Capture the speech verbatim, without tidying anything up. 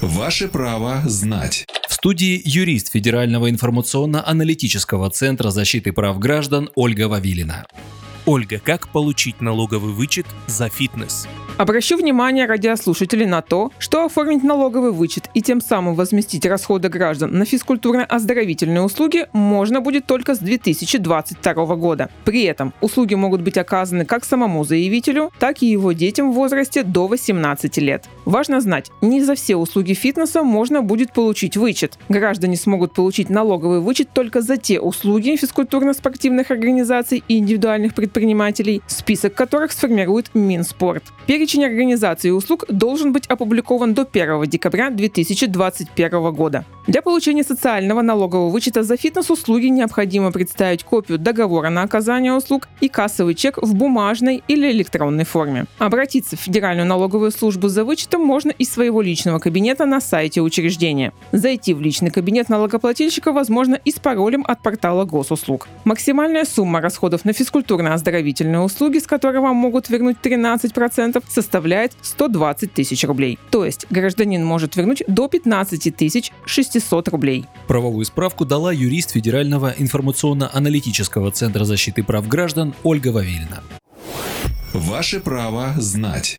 Ваше право знать. В студии юрист Федерального информационно-аналитического центра защиты прав граждан Ольга Вавилина. Ольга, как получить налоговый вычет за фитнес? Обращу внимание радиослушателей на то, что оформить налоговый вычет и тем самым возместить расходы граждан на физкультурно-оздоровительные услуги можно будет только с две тысячи двадцать второго года. При этом услуги могут быть оказаны как самому заявителю, так и его детям в возрасте до восемнадцати лет. Важно знать, не за все услуги фитнеса можно будет получить вычет. Граждане смогут получить налоговый вычет только за те услуги физкультурно-спортивных организаций и индивидуальных предпринимателей, список которых сформирует Минспорт. Перечень организаций и услуг должен быть опубликован до первого декабря две тысячи двадцать первого года. Для получения социального налогового вычета за фитнес-услуги необходимо представить копию договора на оказание услуг и кассовый чек в бумажной или электронной форме. Обратиться в Федеральную налоговую службу за вычетом можно из своего личного кабинета на сайте учреждения. Зайти в личный кабинет налогоплательщика возможно и с паролем от портала госуслуг. Максимальная сумма расходов на физкультурно-оздоровительные услуги, с которой вам могут вернуть тринадцать процентов, составляет сто двадцать тысяч рублей. То есть гражданин может вернуть до пятнадцати тысяч шестисот рублей. Правовую справку дала юрист Федерального информационно-аналитического центра защиты прав граждан Ольга Вавилина. Ваше право знать.